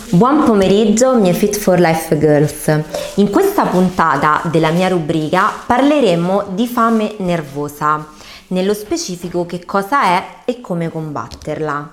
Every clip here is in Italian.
Buon pomeriggio, mie Fit for Life Girls. In questa puntata della mia rubrica parleremo di fame nervosa, nello specifico che cosa è e come combatterla.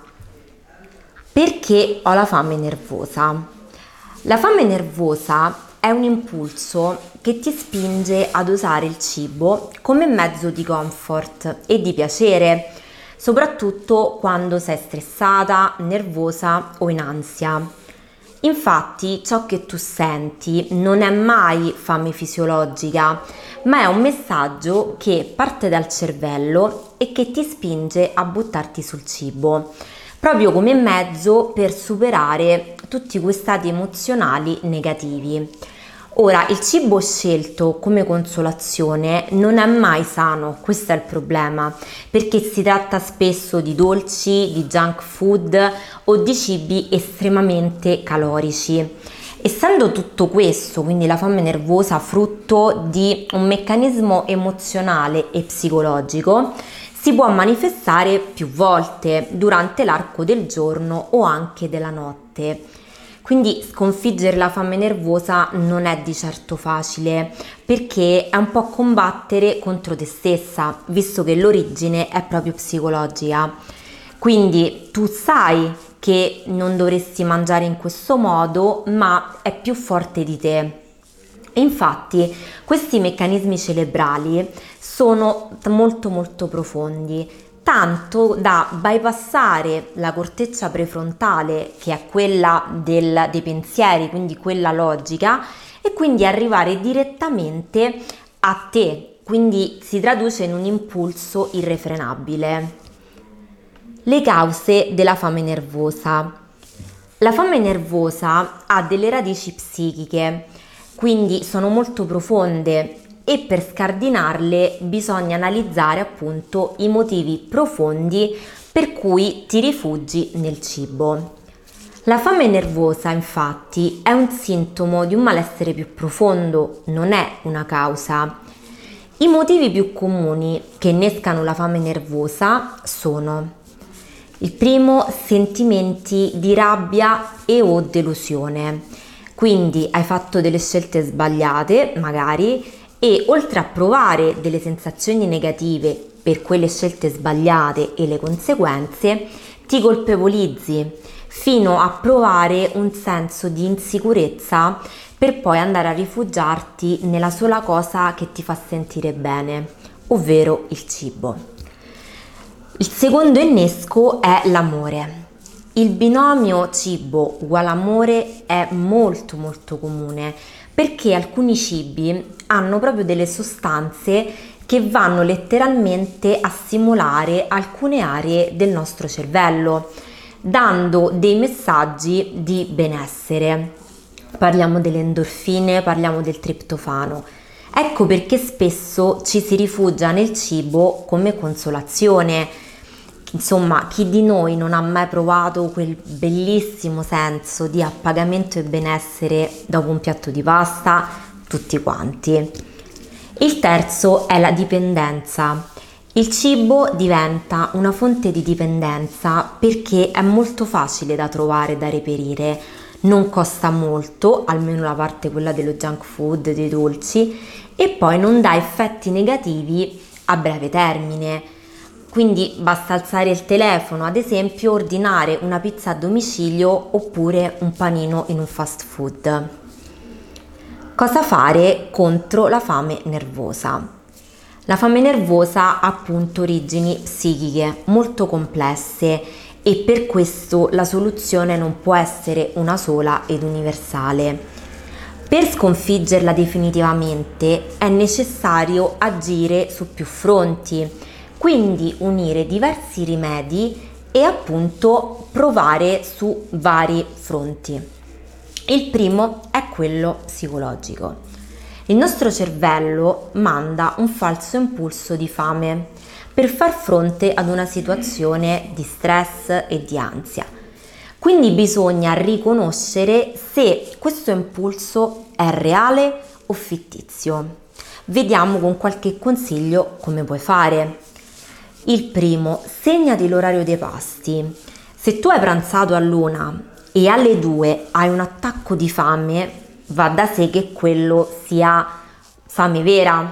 Perché ho la fame nervosa? La fame nervosa è un impulso che ti spinge ad usare il cibo come mezzo di comfort e di piacere, soprattutto quando sei stressata, nervosa o in ansia. Infatti, ciò che tu senti non è mai fame fisiologica, ma è un messaggio che parte dal cervello e che ti spinge a buttarti sul cibo, proprio come mezzo per superare tutti quei stati emozionali negativi. Ora, il cibo scelto come consolazione non è mai sano, questo è il problema, perché si tratta spesso di dolci, di junk food o di cibi estremamente calorici. Essendo tutto questo, quindi la fame nervosa, frutto di un meccanismo emozionale e psicologico, si può manifestare più volte durante l'arco del giorno o anche della notte. Quindi sconfiggere la fame nervosa non è di certo facile, perché è un po' combattere contro te stessa, visto che l'origine è proprio psicologica. Quindi tu sai che non dovresti mangiare in questo modo, ma è più forte di te. E infatti questi meccanismi cerebrali sono molto profondi, tanto da bypassare la corteccia prefrontale, che è quella dei pensieri, quindi quella logica, e quindi arrivare direttamente a te, quindi si traduce in un impulso irrefrenabile. Le cause della fame nervosa. La fame nervosa ha delle radici psichiche, quindi sono molto profonde, e per scardinarle bisogna analizzare appunto i motivi profondi per cui ti rifugi nel cibo. La fame nervosa, infatti, è un sintomo di un malessere più profondo, non è una causa. I motivi più comuni che innescano la fame nervosa sono: il primo, sentimenti di rabbia e o delusione. Quindi hai fatto delle scelte sbagliate, magari, e oltre a provare delle sensazioni negative per quelle scelte sbagliate e le conseguenze, ti colpevolizzi fino a provare un senso di insicurezza per poi andare a rifugiarti nella sola cosa che ti fa sentire bene, ovvero il cibo. Il secondo innesco è l'amore. Il binomio cibo uguale amore è molto comune, perché alcuni cibi hanno proprio delle sostanze che vanno letteralmente a stimolare alcune aree del nostro cervello, dando dei messaggi di benessere. Parliamo delle endorfine, parliamo del triptofano. Ecco perché spesso ci si rifugia nel cibo come consolazione. Insomma, chi di noi non ha mai provato quel bellissimo senso di appagamento e benessere dopo un piatto di pasta? Tutti quanti. Il terzo è la dipendenza. Il cibo diventa una fonte di dipendenza perché è molto facile da trovare e da reperire, non costa molto, almeno la parte quella dello junk food, dei dolci, e poi non dà effetti negativi a breve termine. Quindi basta alzare il telefono, ad esempio ordinare una pizza a domicilio oppure un panino in un fast food. Cosa fare contro la fame nervosa? La fame nervosa ha appunto origini psichiche molto complesse e per questo la soluzione non può essere una sola ed universale. Per sconfiggerla definitivamente è necessario agire su più fronti, quindi unire diversi rimedi e appunto provare su vari fronti. Il primo è quello psicologico. Il nostro cervello manda un falso impulso di fame per far fronte ad una situazione di stress e di ansia. Quindi bisogna riconoscere se questo impulso è reale o fittizio. Vediamo con qualche consiglio come puoi fare. Il primo, segnati l'orario dei pasti. Se tu hai pranzato all'1 e alle 2 hai un attacco di fame, va da sé che quello sia fame vera.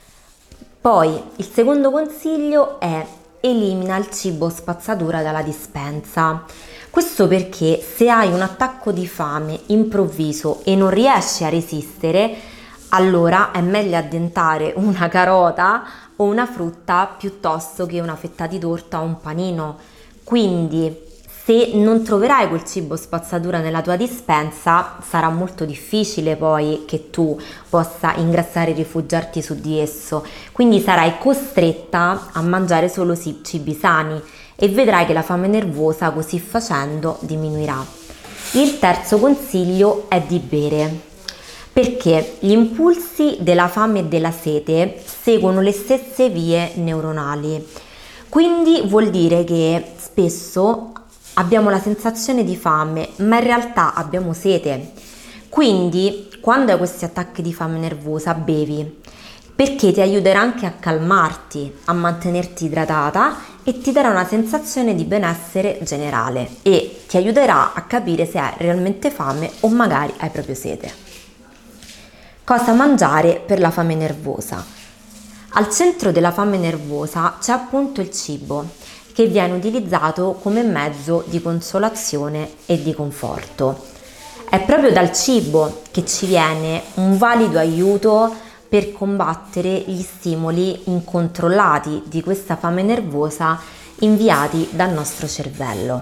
Poi il secondo consiglio è: elimina il cibo spazzatura dalla dispensa. Questo perché se hai un attacco di fame improvviso e non riesci a resistere, allora è meglio addentare una carota o una frutta piuttosto che una fetta di torta o un panino. Quindi se non troverai quel cibo spazzatura nella tua dispensa, sarà molto difficile poi che tu possa ingrassare e rifugiarti su di esso. Quindi sarai costretta a mangiare solo cibi sani e vedrai che la fame nervosa così facendo diminuirà. Il terzo consiglio è di bere, perché gli impulsi della fame e della sete seguono le stesse vie neuronali. Quindi vuol dire che spesso abbiamo la sensazione di fame, ma in realtà abbiamo sete. Quindi, quando hai questi attacchi di fame nervosa, bevi, perché ti aiuterà anche a calmarti, a mantenerti idratata e ti darà una sensazione di benessere generale e ti aiuterà a capire se hai realmente fame o magari hai proprio sete. Cosa mangiare per la fame nervosa? Al centro della fame nervosa c'è appunto il cibo, che viene utilizzato come mezzo di consolazione e di conforto. È proprio dal cibo che ci viene un valido aiuto per combattere gli stimoli incontrollati di questa fame nervosa inviati dal nostro cervello.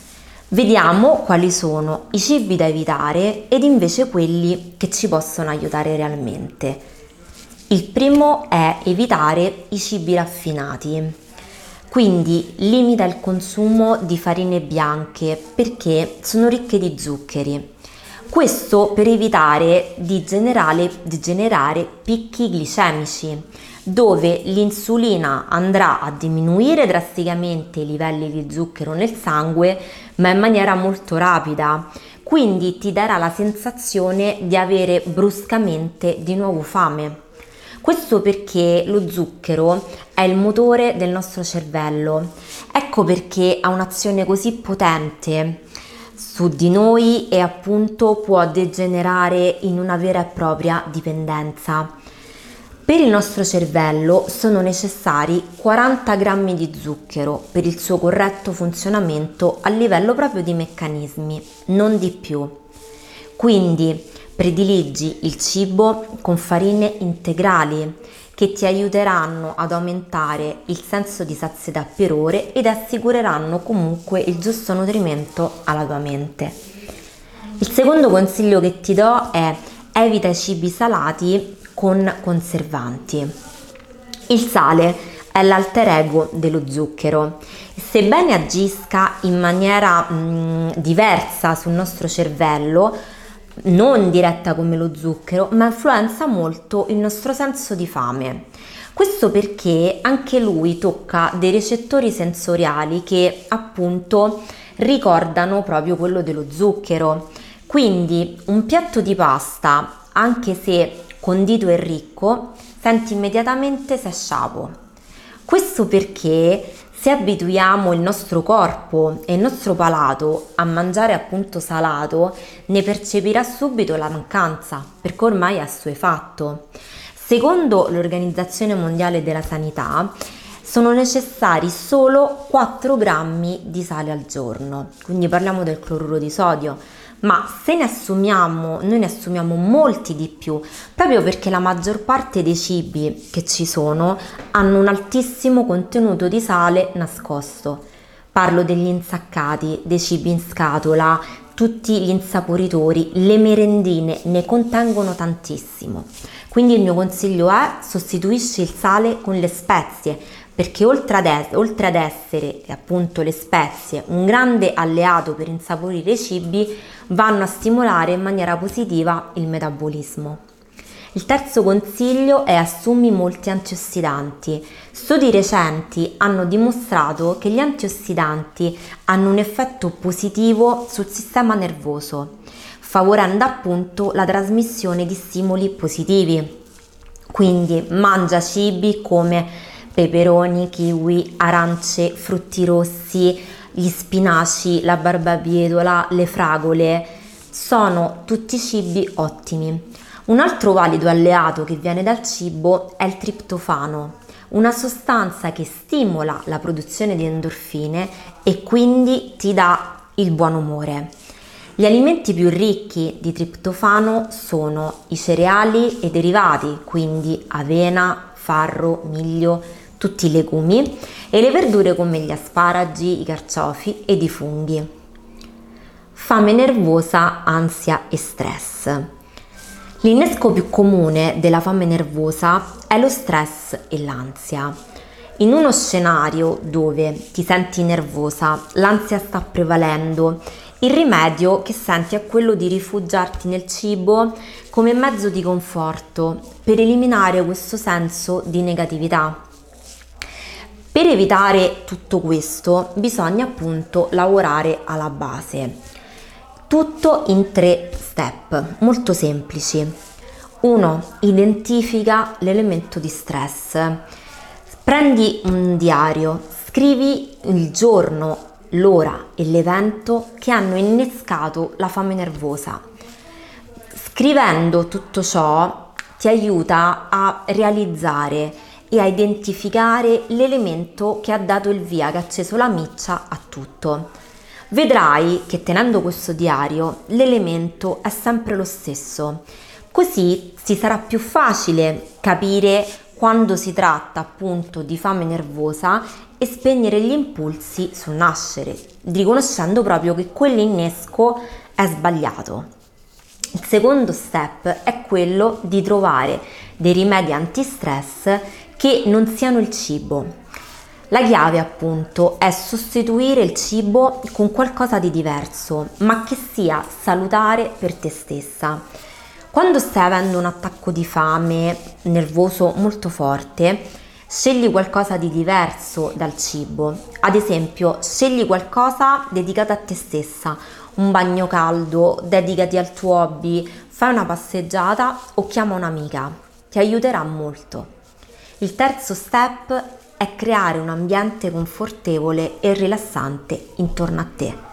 Vediamo quali sono i cibi da evitare ed invece quelli che ci possono aiutare realmente. Il primo è evitare i cibi raffinati. Quindi limita il consumo di farine bianche perché sono ricche di zuccheri. Questo per evitare di generare picchi glicemici, dove l'insulina andrà a diminuire drasticamente i livelli di zucchero nel sangue, ma in maniera molto rapida. Quindi ti darà la sensazione di avere bruscamente di nuovo fame. Questo perché lo zucchero è il motore del nostro cervello. Ecco perché ha un'azione così potente su di noi e appunto può degenerare in una vera e propria dipendenza. Per il nostro cervello sono necessari 40 grammi di zucchero per il suo corretto funzionamento a livello proprio di meccanismi, non di più. Quindi prediligi il cibo con farine integrali che ti aiuteranno ad aumentare il senso di sazietà per ore ed assicureranno comunque il giusto nutrimento alla tua mente. Il secondo consiglio che ti do è: evita i cibi salati con conservanti. Il sale è l'alter ego dello zucchero. Sebbene agisca in maniera diversa sul nostro cervello, non diretta come lo zucchero, ma influenza molto il nostro senso di fame. Questo perché anche lui tocca dei recettori sensoriali che appunto ricordano proprio quello dello zucchero. Quindi un piatto di pasta, anche se condito e ricco, senti immediatamente se è sciapo. Questo perché se abituiamo il nostro corpo e il nostro palato a mangiare appunto salato, ne percepirà subito la mancanza, perché ormai è assuefatto. Secondo l'Organizzazione Mondiale della Sanità, sono necessari solo 4 grammi di sale al giorno, quindi parliamo del cloruro di sodio. Ma se noi ne assumiamo molti di più, proprio perché la maggior parte dei cibi che ci sono hanno un altissimo contenuto di sale nascosto. Parlo degli insaccati, dei cibi in scatola, tutti gli insaporitori, le merendine ne contengono tantissimo. Quindi il mio consiglio è: sostituisci il sale con le spezie, perché oltre ad essere appunto le spezie un grande alleato per insaporire i cibi, vanno a stimolare in maniera positiva il metabolismo. Il terzo consiglio è: assumi molti antiossidanti. Studi recenti hanno dimostrato che gli antiossidanti hanno un effetto positivo sul sistema nervoso, favorendo appunto la trasmissione di stimoli positivi. Quindi mangia cibi come peperoni, kiwi, arance, frutti rossi, gli spinaci, la barbabietola, le fragole, sono tutti cibi ottimi. Un altro valido alleato che viene dal cibo è il triptofano, una sostanza che stimola la produzione di endorfine e quindi ti dà il buon umore. Gli alimenti più ricchi di triptofano sono i cereali e i derivati, quindi avena, farro, miglio, tutti i legumi, e le verdure come gli asparagi, i carciofi ed i funghi. Fame nervosa, ansia e stress. L'innesco più comune della fame nervosa è lo stress e l'ansia. In uno scenario dove ti senti nervosa, l'ansia sta prevalendo, il rimedio che senti è quello di rifugiarti nel cibo come mezzo di conforto per eliminare questo senso di negatività. Per evitare tutto questo bisogna appunto lavorare alla base. Tutto in 3 step molto semplici. 1. Identifica l'elemento di stress. Prendi un diario, scrivi il giorno, l'ora e l'evento che hanno innescato la fame nervosa. Scrivendo tutto ciò ti aiuta a realizzare e a identificare l'elemento che ha dato il via, che ha acceso la miccia a tutto. Vedrai che tenendo questo diario l'elemento è sempre lo stesso, così ti sarà più facile capire quando si tratta appunto di fame nervosa e spegnere gli impulsi sul nascere, riconoscendo proprio che quell'innesco è sbagliato. Il secondo step è quello di trovare dei rimedi antistress che non siano il cibo. La chiave appunto è sostituire il cibo con qualcosa di diverso, ma che sia salutare per te stessa. Quando stai avendo un attacco di fame nervoso molto forte, scegli qualcosa di diverso dal cibo. Ad esempio, scegli qualcosa dedicato a te stessa, un bagno caldo, dedicati al tuo hobby, fai una passeggiata o chiama un'amica. Ti aiuterà molto. Il terzo step è creare un ambiente confortevole e rilassante intorno a te.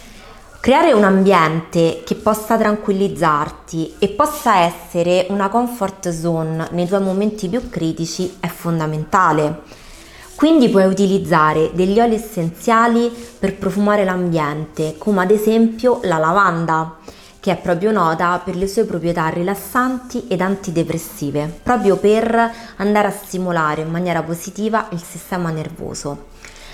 Creare un ambiente che possa tranquillizzarti e possa essere una comfort zone nei tuoi momenti più critici è fondamentale. Quindi puoi utilizzare degli oli essenziali per profumare l'ambiente, come ad esempio la lavanda, che è proprio nota per le sue proprietà rilassanti ed antidepressive, proprio per andare a stimolare in maniera positiva il sistema nervoso.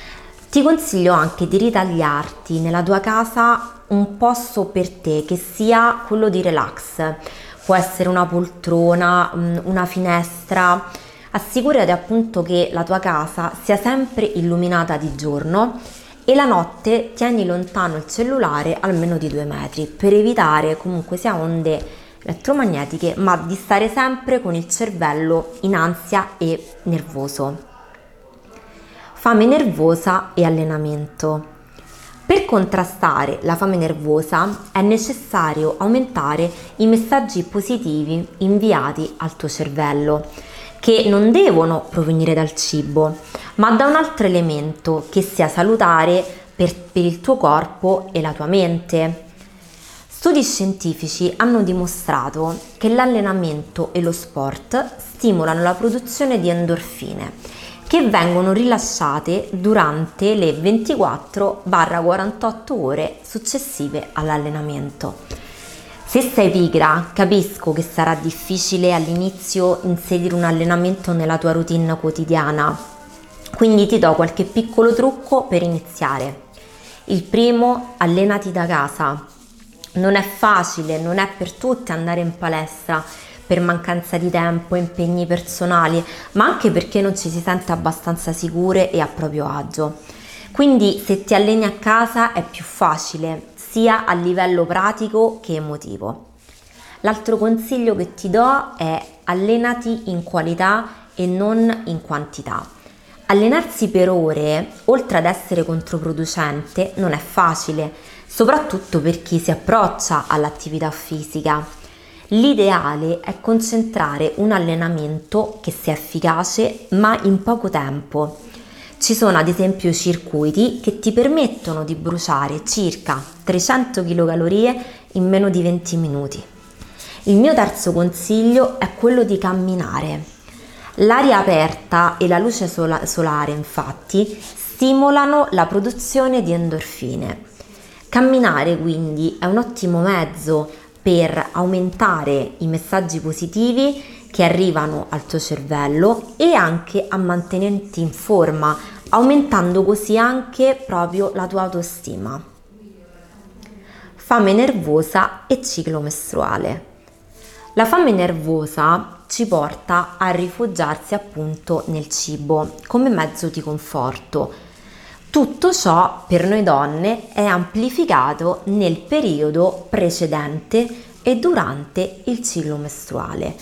Ti consiglio anche di ritagliarti nella tua casa un posto per te che sia quello di relax. Può essere una poltrona, una finestra. Assicurati appunto che la tua casa sia sempre illuminata di giorno e la notte tieni lontano il cellulare almeno di 2 metri per evitare comunque sia onde elettromagnetiche, ma di stare sempre con il cervello in ansia e nervoso. Fame nervosa e allenamento. Per contrastare la fame nervosa è necessario aumentare i messaggi positivi inviati al tuo cervello, che non devono provenire dal cibo, ma da un altro elemento che sia salutare per il tuo corpo e la tua mente. Studi scientifici hanno dimostrato che l'allenamento e lo sport stimolano la produzione di endorfine, che vengono rilasciate durante le 24-48 ore successive all'allenamento. Se sei pigra, capisco che sarà difficile all'inizio inserire un allenamento nella tua routine quotidiana, quindi ti do qualche piccolo trucco per iniziare. Il primo, allenati da casa. Non è facile, non è per tutti andare in palestra per mancanza di tempo, impegni personali, ma anche perché non ci si sente abbastanza sicure e a proprio agio. Quindi se ti alleni a casa è più facile, sia a livello pratico che emotivo. L'altro consiglio che ti do è allenati in qualità e non in quantità. Allenarsi per ore, oltre ad essere controproducente, non è facile, soprattutto per chi si approccia all'attività fisica. L'ideale è concentrare un allenamento che sia efficace ma in poco tempo. Ci sono ad esempio circuiti che ti permettono di bruciare circa 300 kcal in meno di 20 minuti. Il mio terzo consiglio è quello di camminare. L'aria aperta e la luce solare, infatti, stimolano la produzione di endorfine. Camminare quindi è un ottimo mezzo per aumentare i messaggi positivi che arrivano al tuo cervello e anche a mantenerti in forma, aumentando così anche proprio la tua autostima. Fame nervosa e ciclo mestruale. La fame nervosa ci porta a rifugiarsi appunto nel cibo come mezzo di conforto. Tutto ciò per noi donne è amplificato nel periodo precedente e durante il ciclo mestruale.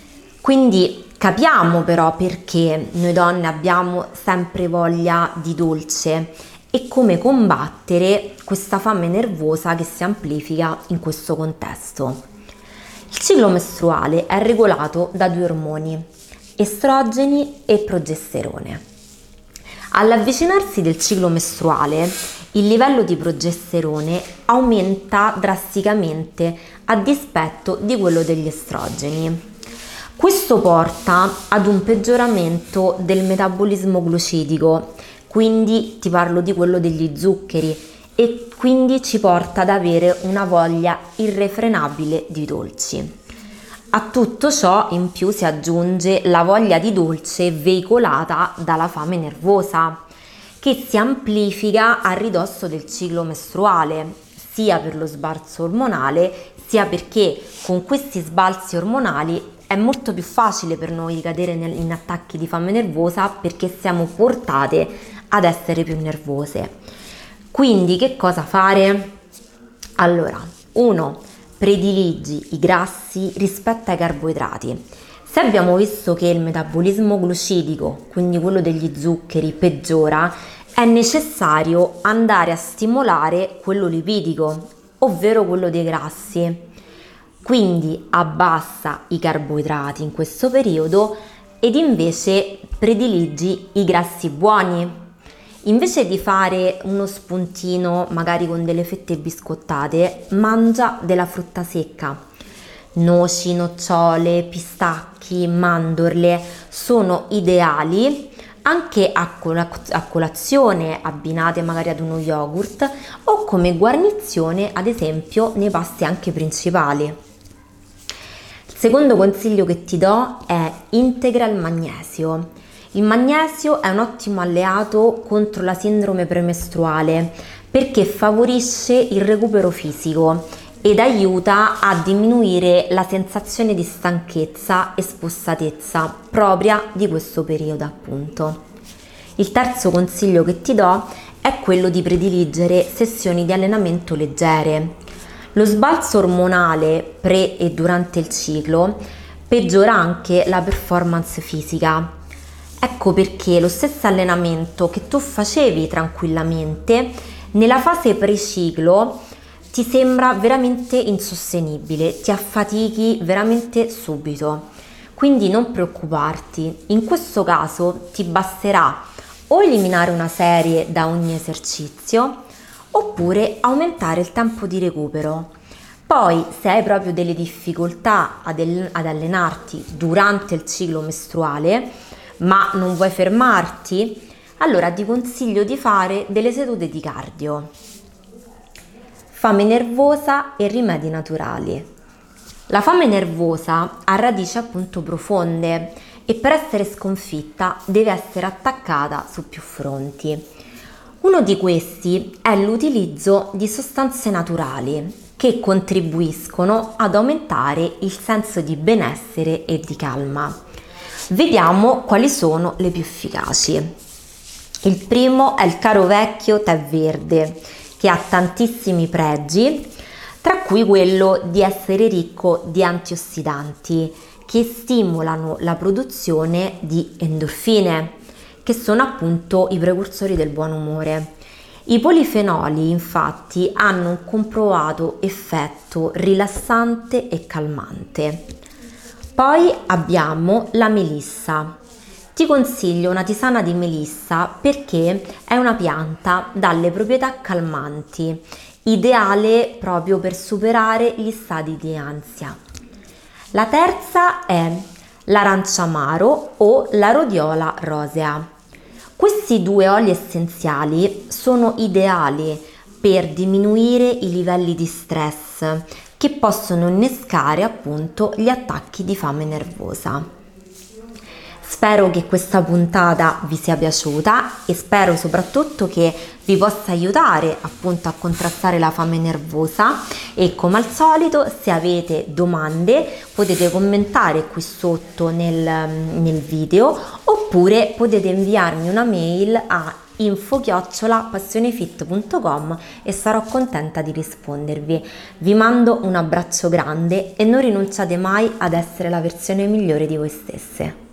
Quindi capiamo però perché noi donne abbiamo sempre voglia di dolce e come combattere questa fame nervosa che si amplifica in questo contesto. Il ciclo mestruale è regolato da due ormoni, estrogeni e progesterone. All'avvicinarsi del ciclo mestruale, il livello di progesterone aumenta drasticamente a dispetto di quello degli estrogeni. Questo porta ad un peggioramento del metabolismo glucidico, quindi ti parlo di quello degli zuccheri, e quindi ci porta ad avere una voglia irrefrenabile di dolci. A tutto ciò in più si aggiunge la voglia di dolce veicolata dalla fame nervosa, che si amplifica a ridosso del ciclo mestruale, sia per lo sbalzo ormonale, sia perché con questi sbalzi ormonali è molto più facile per noi cadere in attacchi di fame nervosa perché siamo portate ad essere più nervose. Quindi che cosa fare? Allora, 1. Prediligi i grassi rispetto ai carboidrati. Se abbiamo visto che il metabolismo glucidico, quindi quello degli zuccheri, peggiora, è necessario andare a stimolare quello lipidico, ovvero quello dei grassi. Quindi abbassa i carboidrati in questo periodo ed invece prediligi i grassi buoni. Invece di fare uno spuntino magari con delle fette biscottate, mangia della frutta secca. Noci, nocciole, pistacchi, mandorle sono ideali anche a colazione, abbinate magari ad uno yogurt o come guarnizione ad esempio nei pasti anche principali. Il secondo consiglio che ti do è integra il magnesio. Il magnesio è un ottimo alleato contro la sindrome premestruale perché favorisce il recupero fisico ed aiuta a diminuire la sensazione di stanchezza e spossatezza propria di questo periodo appunto. Il terzo consiglio che ti do è quello di prediligere sessioni di allenamento leggere. Lo sbalzo ormonale pre e durante il ciclo peggiora anche la performance fisica. Ecco perché lo stesso allenamento che tu facevi tranquillamente nella fase pre-ciclo ti sembra veramente insostenibile, ti affatichi veramente subito. Quindi non preoccuparti, in questo caso ti basterà o eliminare una serie da ogni esercizio oppure aumentare il tempo di recupero. Poi se hai proprio delle difficoltà ad allenarti durante il ciclo mestruale ma non vuoi fermarti, allora ti consiglio di fare delle sedute di cardio. Fame nervosa e rimedi naturali. La fame nervosa ha radici appunto profonde e per essere sconfitta deve essere attaccata su più fronti. Uno di questi è l'utilizzo di sostanze naturali che contribuiscono ad aumentare il senso di benessere e di calma. Vediamo quali sono le più efficaci. Il primo è il caro vecchio tè verde, che ha tantissimi pregi, tra cui quello di essere ricco di antiossidanti che stimolano la produzione di endorfine, che sono appunto i precursori del buon umore. I polifenoli infatti hanno un comprovato effetto rilassante e calmante. Poi abbiamo la melissa, Ti consiglio una tisana di melissa perché è una pianta dalle proprietà calmanti, ideale proprio per superare gli stadi di ansia. La terza è l'aranciamaro o la rhodiola rosea. Questi due oli essenziali sono ideali per diminuire i livelli di stress che possono innescare appunto gli attacchi di fame nervosa. Spero che questa puntata vi sia piaciuta e spero soprattutto che vi possa aiutare appunto a contrastare la fame nervosa, e come al solito, se avete domande potete commentare qui sotto nel video, oppure potete inviarmi una mail a info@passionefit.com e sarò contenta di rispondervi. Vi mando un abbraccio grande e non rinunciate mai ad essere la versione migliore di voi stesse.